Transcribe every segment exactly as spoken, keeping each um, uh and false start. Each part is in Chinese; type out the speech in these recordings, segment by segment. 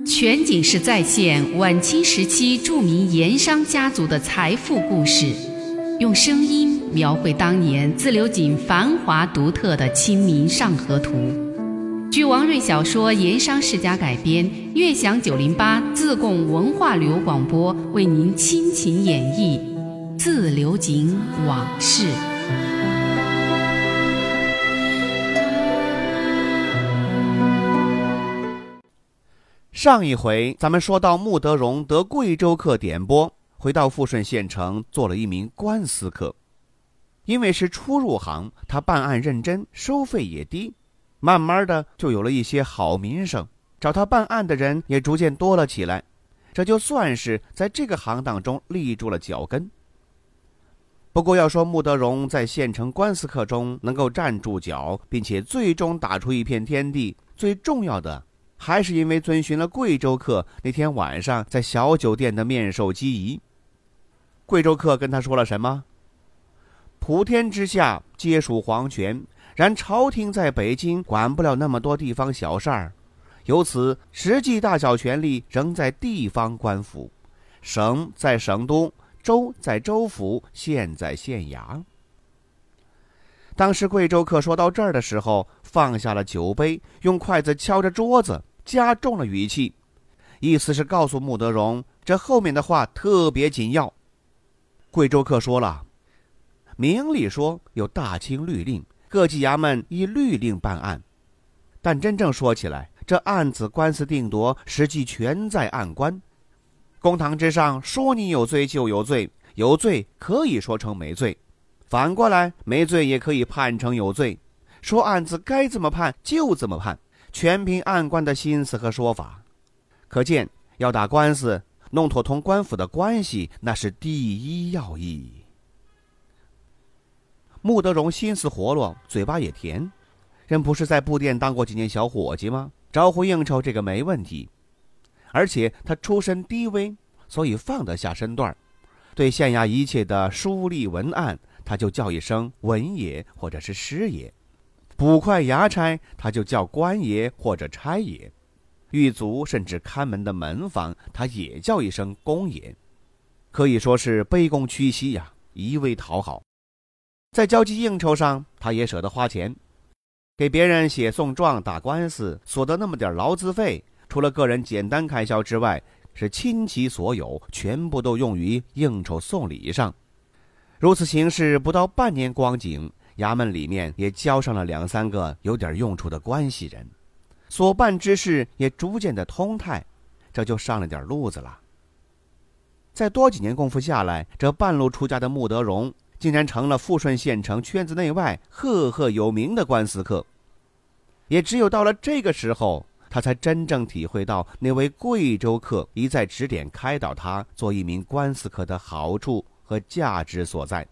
全景式再现晚清时期著名盐商家族的财富故事，用声音描绘当年自流井繁华独特的《清明上河图》。据王瑞小说《盐商世家》改编，悦享九零八自贡文化旅游广播为您倾情演绎《自流井往事》。 上一回咱们说到穆德荣得贵州客点拨，回到富顺县城做了一名官司客。因为是初入行，他办案认真，收费也低，慢慢的就有了一些好名声，找他办案的人也逐渐多了起来，这就算是在这个行当中立住了脚跟。不过要说穆德荣在县城官司客中能够站住脚，并且最终打出一片天地，最重要的还是因为遵循了贵州客那天晚上在小酒店的面授机宜。贵州客跟他说了什么？普天之下皆属皇权，然朝廷在北京管不了那么多地方小事儿，由此实际大小权力仍在地方官府，省在省都，州在州府，县在县衙。当时贵州客说到这儿的时候，放下了酒杯，用筷子敲着桌子，加重了语气，意思是告诉穆德荣，这后面的话特别紧要。贵州客说了，明里说有大清律令，各级衙门依律令办案，但真正说起来，这案子官司定夺实际全在案官。公堂之上说你有罪就有罪，有罪可以说成没罪，反过来没罪也可以判成有罪，说案子该怎么判就怎么判，全凭案官的心思和说法。可见要打官司，弄妥同官府的关系，那是第一要义。穆德荣心思活络，嘴巴也甜，人不是在布店当过几年小伙计吗？招呼应酬这个没问题，而且他出身低微，所以放得下身段，对县衙一切的书吏文案，他就叫一声文爷或者是师爷，捕快衙差他就叫官爷或者差爷，狱卒甚至看门的门房他也叫一声公爷，可以说是卑躬屈膝呀，一味讨好。在交际应酬上，他也舍得花钱，给别人写讼状打官司所得那么点劳资费，除了个人简单开销之外，是倾其所有，全部都用于应酬送礼上。如此行事不到半年光景，衙门里面也交上了两三个有点用处的关系人，所办之事也逐渐的通泰，这就上了点路子了。再多几年功夫下来，这半路出家的穆德荣竟然成了富顺县城圈子内外赫赫有名的官司客。也只有到了这个时候，他才真正体会到那位贵州客一再指点开导他做一名官司客的好处和价值所在。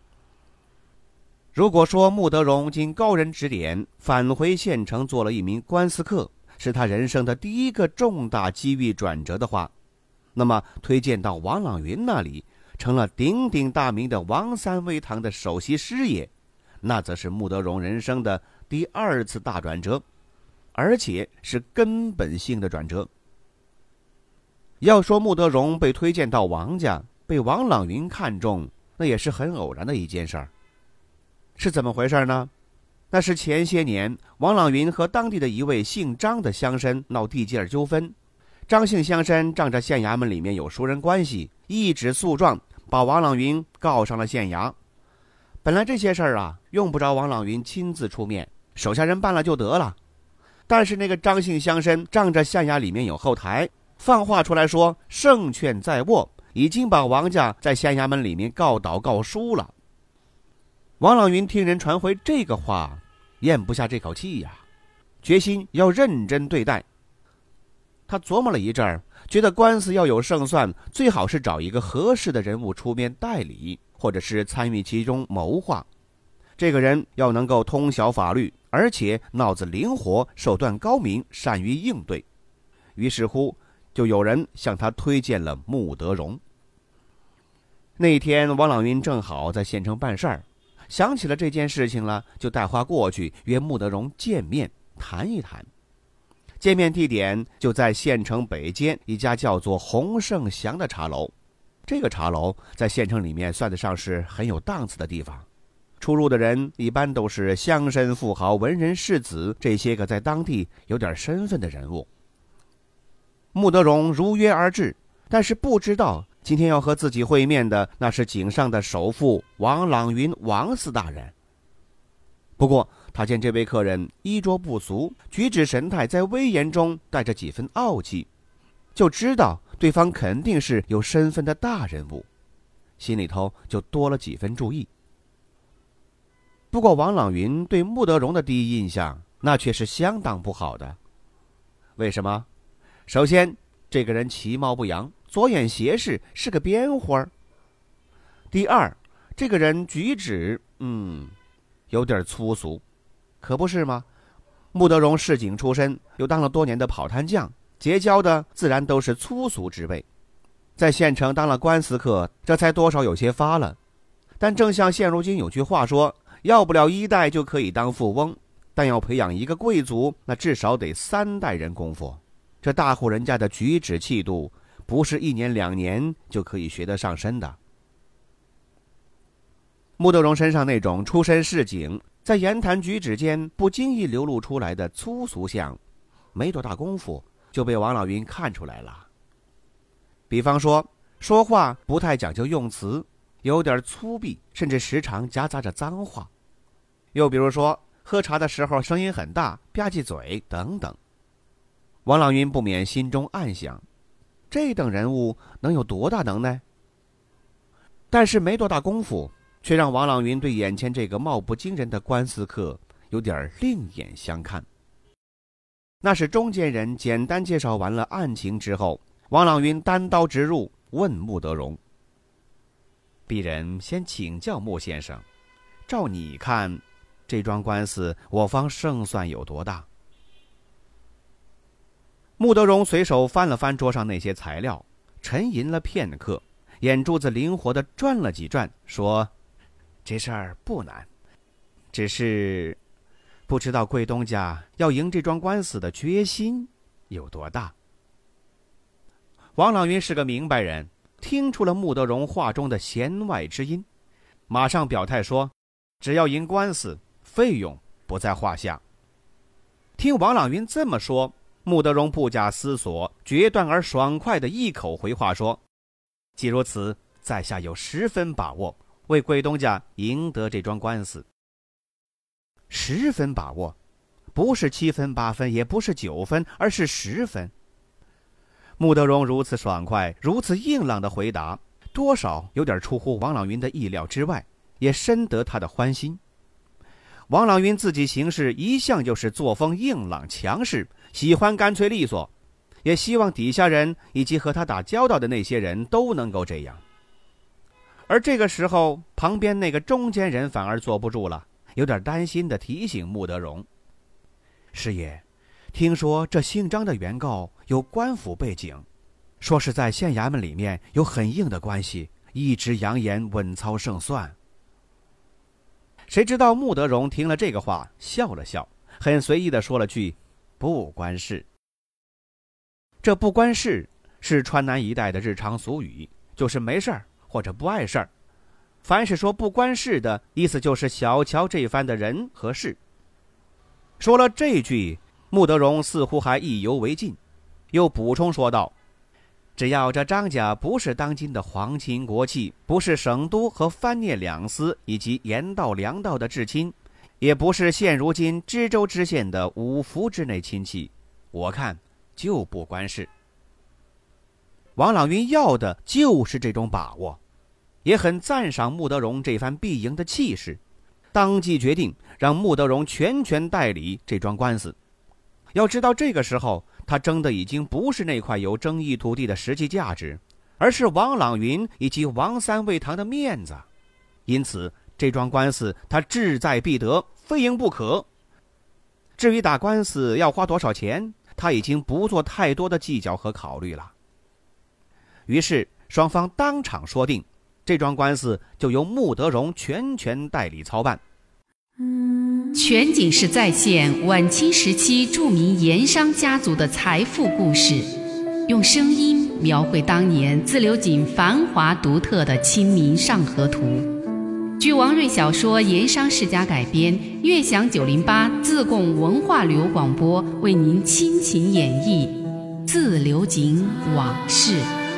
如果说穆德荣经高人指点返回县城做了一名官司客，是他人生的第一个重大机遇转折的话，那么推荐到王朗云那里，成了鼎鼎大名的王三味堂的首席师爷，那则是穆德荣人生的第二次大转折，而且是根本性的转折。要说穆德荣被推荐到王家，被王朗云看中，那也是很偶然的一件事儿。是怎么回事呢？那是前些年王朗云和当地的一位姓张的乡绅闹地界纠纷，张姓乡绅仗着县衙门里面有熟人关系，一纸诉状把王朗云告上了县衙。本来这些事儿啊，用不着王朗云亲自出面，手下人办了就得了。但是那个张姓乡绅仗着县衙里面有后台，放话出来说胜券在握，已经把王家在县衙门里面告倒告输了。王朗云听人传回这个话，咽不下这口气呀，决心要认真对待。他琢磨了一阵儿，觉得官司要有胜算，最好是找一个合适的人物出面代理，或者是参与其中谋划。这个人要能够通晓法律，而且脑子灵活，手段高明，善于应对。于是乎，就有人向他推荐了穆德荣。那天王朗云正好在县城办事儿，想起了这件事情了，就带话过去约穆德荣见面谈一谈。 见面地点就在县城北街一家叫做洪盛祥的茶楼。这个茶楼在县城里面算得上是很有档次的地方，出入的人一般都是乡绅富豪、文人士子这些个在当地有点身份的人物。穆德荣如约而至，但是不知道今天要和自己会面的那是井上的首富王朗云王四大人。不过他见这位客人衣着不俗，举止神态在威严中带着几分傲气，就知道对方肯定是有身份的大人物，心里头就多了几分注意。不过王朗云对穆德荣的第一印象那却是相当不好的。为什么？首先，这个人其貌不扬，左眼斜视，是个边花。第二，这个人举止嗯有点粗俗。可不是吗？穆德荣市井出身，又当了多年的跑摊匠，结交的自然都是粗俗之辈。在县城当了官司客，这才多少有些发了。但正像现如今有句话说，要不了一代就可以当富翁，但要培养一个贵族，那至少得三代人功夫。这大户人家的举止气度，不是一年两年就可以学得上身的。穆德荣身上那种出身市井，在言谈举止间不经意流露出来的粗俗相，没多大功夫就被王老云看出来了。比方说，说话不太讲究用词，有点粗鄙，甚至时常夹杂着脏话。又比如说，喝茶的时候声音很大，吧唧嘴等等。王朗云不免心中暗想，这等人物能有多大能耐？但是没多大功夫，却让王朗云对眼前这个貌不惊人的官司客有点另眼相看。那是中间人简单介绍完了案情之后，王朗云单刀直入，问穆德荣：鄙人先请教穆先生，照你看，这桩官司我方胜算有多大？穆德荣随手翻了翻桌上那些材料，沉吟了片刻，眼珠子灵活地转了几转，说：这事儿不难，只是不知道贵东家要赢这桩官司的决心有多大。王朗云是个明白人，听出了穆德荣话中的弦外之音，马上表态说：只要赢官司，费用不在话下。听王朗云这么说，穆德荣不假思索，决断而爽快地一口回话说：既如此，在下有十分把握为贵东家赢得这桩官司。十分把握，不是七分八分，也不是九分，而是十分。穆德荣如此爽快，如此硬朗的回答，多少有点出乎王朗云的意料之外，也深得他的欢心。王朗云自己行事一向就是作风硬朗强势，喜欢干脆利索，也希望底下人以及和他打交道的那些人都能够这样。而这个时候，旁边那个中间人反而坐不住了，有点担心地提醒穆德荣：师爷，听说这姓张的原告有官府背景，说是在县衙门里面有很硬的关系，一直扬言稳操胜算。谁知道穆德荣听了这个话，笑了笑，很随意地说了句：不关事。这不关事是川南一带的日常俗语，就是没事儿或者不碍事儿。凡是说不关事的，意思就是小瞧这番的人和事。说了这句，穆德荣似乎还意犹未尽，又补充说道：只要这张家不是当今的皇亲国戚，不是省都和藩聂两司以及盐道粮道的至亲，也不是现如今知州知县的五福之内亲戚，我看就不关事。王朗云要的就是这种把握，也很赞赏穆德荣这番必赢的气势，当即决定让穆德荣全权代理这桩官司。要知道这个时候他争的已经不是那块有争议土地的实际价值，而是王朗云以及王三味堂的面子。因此这桩官司他志在必得，非赢不可。至于打官司要花多少钱，他已经不做太多的计较和考虑了。于是双方当场说定，这桩官司就由穆德荣全权代理操办。嗯全景式再现晚清时期著名盐商家族的财富故事，用声音描绘当年自流井繁华独特的《清明上河图》。据王瑞小说《盐商世家》改编，悦享九零八自贡文化旅游广播为您倾情演绎《自流井往事》。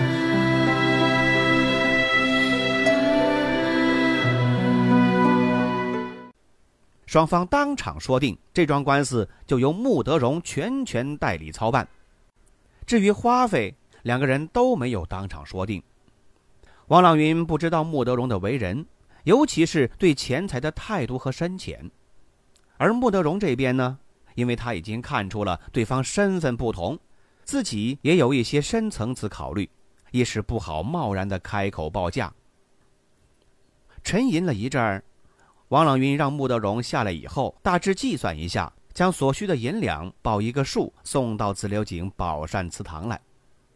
双方当场说定，这桩官司就由穆德荣全权代理操办。至于花费，两个人都没有当场说定。王朗云不知道穆德荣的为人，尤其是对钱财的态度和深浅。而穆德荣这边呢，因为他已经看出了对方身份不同，自己也有一些深层次考虑，一时不好贸然的开口报价。沉吟了一阵儿，王朗云让穆德荣下来以后大致计算一下，将所需的银两报一个数送到自流井宝善祠堂来。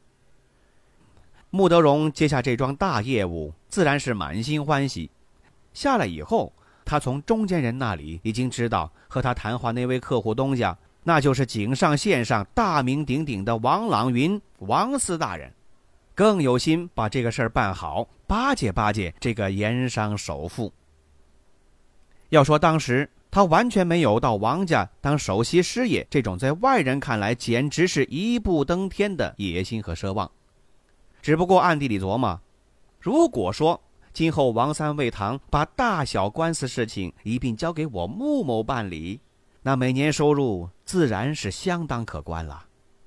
穆德荣接下这桩大业务自然是满心欢喜。下来以后，他从中间人那里已经知道和他谈话那位客户东家，那就是井上县上大名鼎鼎的王朗云王司大人，更有心把这个事儿办好，巴结巴结这个盐商首富。要说当时他完全没有到王家当首席师爷这种在外人看来简直是一步登天的野心和奢望，只不过暗地里琢磨，如果说今后王三味堂把大小官司事情一并交给我穆某办理，那每年收入自然是相当可观了。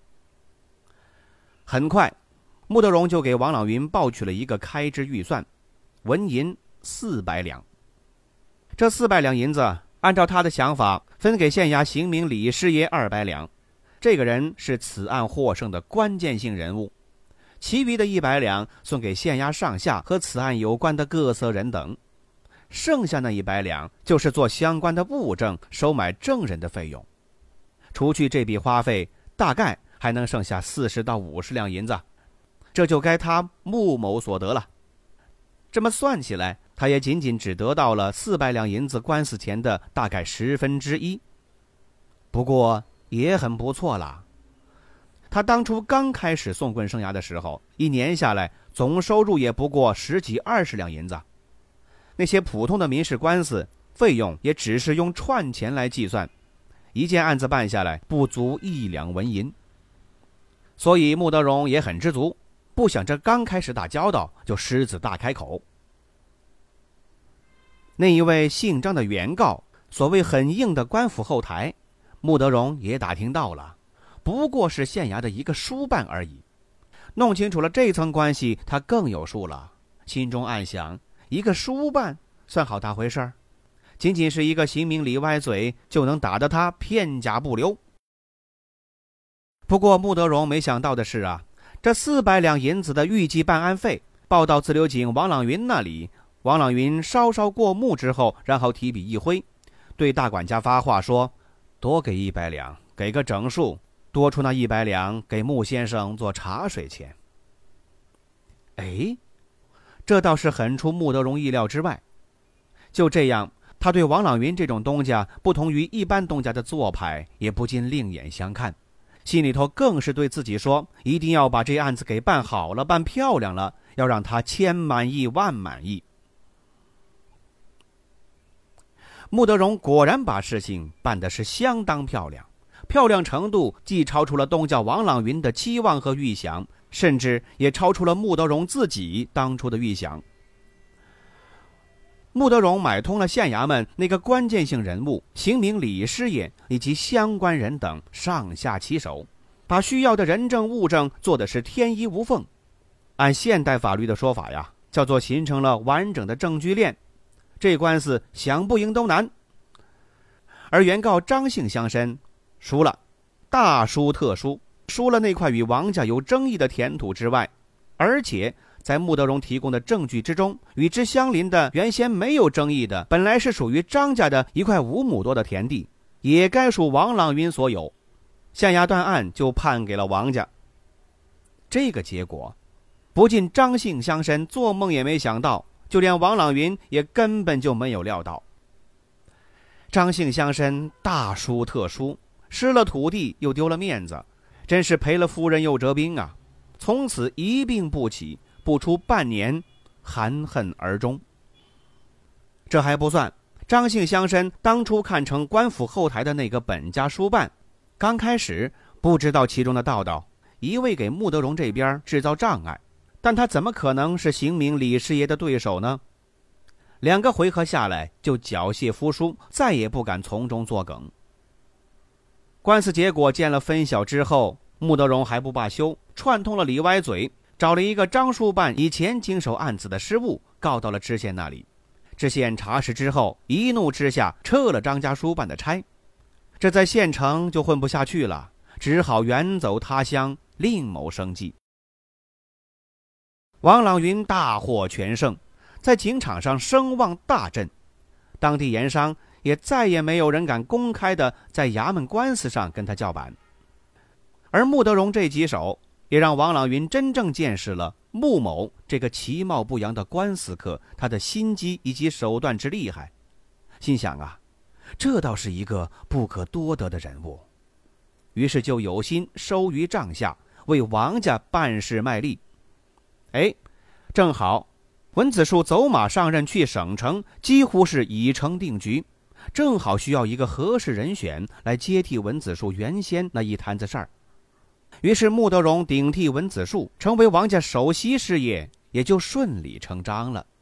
很快，穆德荣就给王朗云报去了一个开支预算，纹银四百两。这四百两银子按照他的想法分给县衙刑名李师爷二百两，这个人是此案获胜的关键性人物。其余的一百两送给县衙上下和此案有关的各色人等，剩下那一百两就是做相关的物证、收买证人的费用。除去这笔花费，大概还能剩下四十到五十两银子，这就该他穆某所得了。这么算起来，他也仅仅只得到了四百两银子官司钱的大概十分之一，不过也很不错啦。他当初刚开始送棍生涯的时候，一年下来总收入也不过十几二十两银子，那些普通的民事官司费用也只是用串钱来计算，一件案子办下来不足一两纹银。所以穆德荣也很知足，不想这刚开始打交道就狮子大开口。那一位姓张的原告，所谓很硬的官府后台，穆德荣也打听到了，不过是县衙的一个书办而已。弄清楚了这层关系，他更有数了，心中暗想，一个书办算好大回事儿，仅仅是一个刑名里歪嘴就能打得他片甲不留。不过穆德荣没想到的是啊，这四百两银子的预计办案费报到自流井王朗云那里，王朗云稍稍过目之后，然后提笔一挥，对大管家发话说，多给一百两，给个整数，多出那一百两给穆先生做茶水钱。哎，这倒是很出穆德荣意料之外。就这样，他对王朗云这种东家不同于一般东家的做派也不禁另眼相看，心里头更是对自己说，一定要把这案子给办好了，办漂亮了，要让他千满意万满意。穆德荣果然把事情办得是相当漂亮，漂亮程度既超出了东家王朗云的期望和预想，甚至也超出了穆德荣自己当初的预想。穆德荣买通了县衙门那个关键性人物刑名李师爷以及相关人等上下其手，把需要的人证物证做的是天衣无缝。按现代法律的说法呀，叫做形成了完整的证据链，这官司想不赢都难。而原告张姓乡绅输了，大输特输，输了那块与王家有争议的田土之外，而且在穆德荣提供的证据之中，与之相邻的原先没有争议的本来是属于张家的一块五亩多的田地，也该属王朗云所有，县衙断案就判给了王家。这个结果不仅张姓乡绅做梦也没想到，就连王朗云也根本就没有料到。 张姓乡绅大输特输，失了土地又丢了面子，真是赔了夫人又折兵啊！从此一病不起，不出半年，含恨而终。这还不算，张姓乡绅当初看成官府后台的那个本家书办，刚开始不知道其中的道道，一味给穆德荣这边制造障碍，但他怎么可能是刑名李师爷的对手呢？两个回合下来就缴械服输，再也不敢从中作梗。官司结果见了分晓之后，穆德荣还不罢休，串通了里歪嘴，找了一个张书办以前经手案子的失误，告到了知县那里。知县查实之后，一怒之下撤了张家书办的差，这在县城就混不下去了，只好远走他乡，另谋生计。王朗云大获全胜，在警场上声望大振，当地盐商也再也没有人敢公开的在衙门官司上跟他叫板。而穆德荣这几手也让王朗云真正见识了穆某这个其貌不扬的官司客，他的心机以及手段之厉害。心想啊，这倒是一个不可多得的人物，于是就有心收于帐下，为王家办事卖力。哎，正好文子树走马上任去省城，几乎是已成定局，正好需要一个合适人选来接替文子树原先那一摊子事儿。于是穆德荣顶替文子树，成为王家首席事业，也就顺理成章了。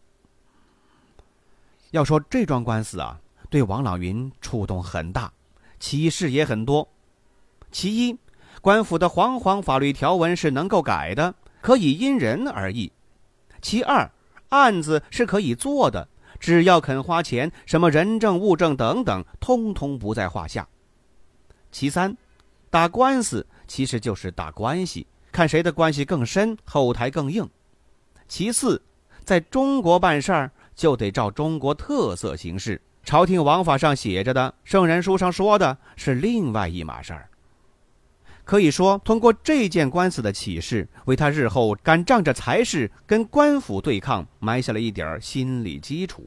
要说这桩官司啊，对王朗云触动很大，启示也很多。其一，官府的煌煌法律条文是能够改的，可以因人而异。其二，案子是可以做的，只要肯花钱，什么人证物证等等通通不在话下。其三，打官司其实就是打关系，看谁的关系更深，后台更硬。其四，在中国办事儿就得照中国特色行事，朝廷王法上写着的，圣人书上说的是另外一码事儿。可以说，通过这件官司的启示，为他日后敢仗着才势跟官府对抗埋下了一点心理基础。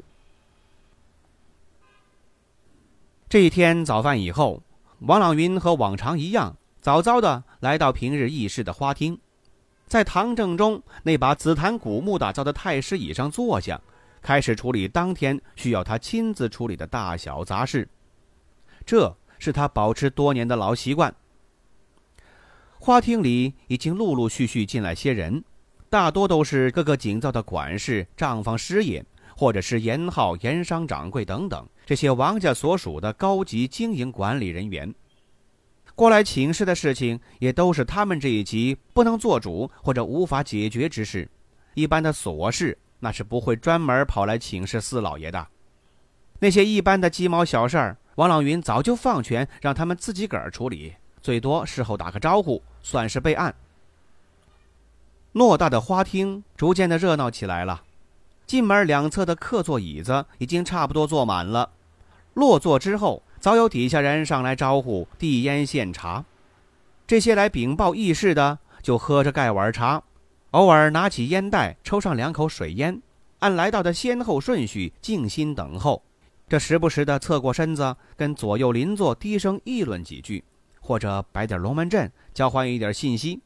这一天早饭以后，王朗云和往常一样，早早的来到平日议事的花厅，在堂正中那把紫檀古木打造的太师椅上坐下，开始处理当天需要他亲自处理的大小杂事。这是他保持多年的老习惯。花厅里已经陆陆续续进来些人，大多都是各个警造的管事、账房师爷，或者是盐号、盐商掌柜等等，这些王家所属的高级经营管理人员。过来请示的事情也都是他们这一级不能做主或者无法解决之事，一般的琐事那是不会专门跑来请示四老爷的。那些一般的鸡毛小事儿，王朗云早就放权让他们自己个儿处理，最多事后打个招呼，算是备案。偌大的花厅逐渐的热闹起来了，进门两侧的客座椅子已经差不多坐满了。落座之后，早有底下人上来招呼递烟献茶。这些来禀报议事的就喝着盖碗茶，偶尔拿起烟袋抽上两口水烟，按来到的先后顺序静心等候。这时不时的侧过身子跟左右邻座低声议论几句，或者摆点龙门阵，交换一点信息。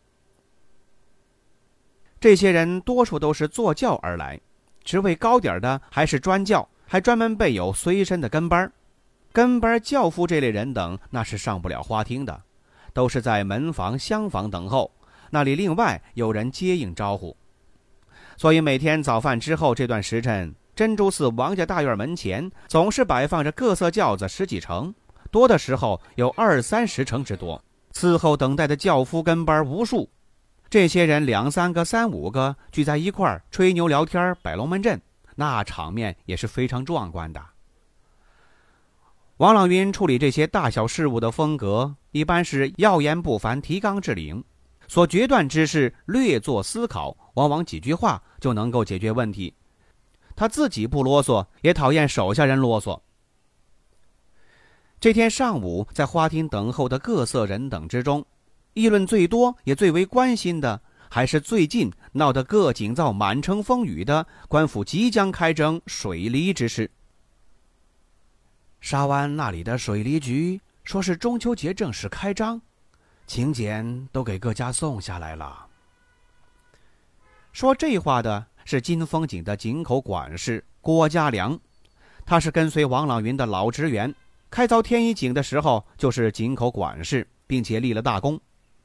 这些人多数都是坐轿而来，职位高点的还是专轿，还专门备有随身的跟班。跟班轿夫这类人等那是上不了花厅的，都是在门房厢房等候，那里另外有人接应招呼。所以每天早饭之后这段时辰，珍珠寺王家大院门前总是摆放着各色轿子十几乘，多的时候有二三十乘之多，伺候等待的轿夫跟班无数。这些人两三个三五个聚在一块儿吹牛聊天摆龙门阵，那场面也是非常壮观的。王朗云处理这些大小事务的风格一般是要言不凡，提纲挈领，所决断之事略作思考，往往几句话就能够解决问题。他自己不啰嗦，也讨厌手下人啰嗦。这天上午，在花厅等候的各色人等之中，议论最多也最为关心的还是最近闹得各警造满城风雨的官府即将开征水利之事。 沙湾那里的水利局说是中秋节正式开张，请柬都给各家送下来了。说这话的是金风井的井口管事郭家良，他是跟随王朗云的老职员，开凿天一井的时候就是井口管事，并且立了大功。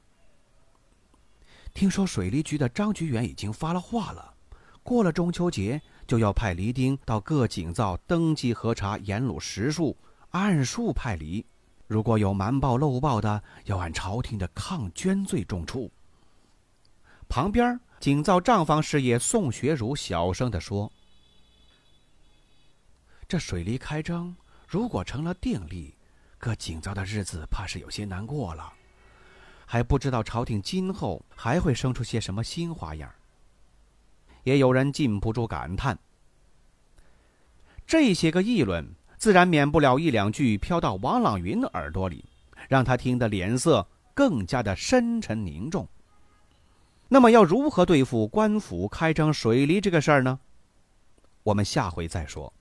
听说水利局的张局员已经发了话了，过了中秋节就要派黎丁到各井灶登记核查盐卤实数，按数派黎，如果有瞒报漏报的，要按朝廷的抗捐罪重处。旁边井灶账房师爷宋学儒小声地说，这水利开张如果成了定例，各井灶的日子怕是有些难过了，还不知道朝廷今后还会生出些什么新花样。也有人禁不住感叹，这些个议论自然免不了一两句飘到王朗云的耳朵里，让他听得脸色更加的深沉凝重。那么要如何对付官府开张水利这个事儿呢？我们下回再说。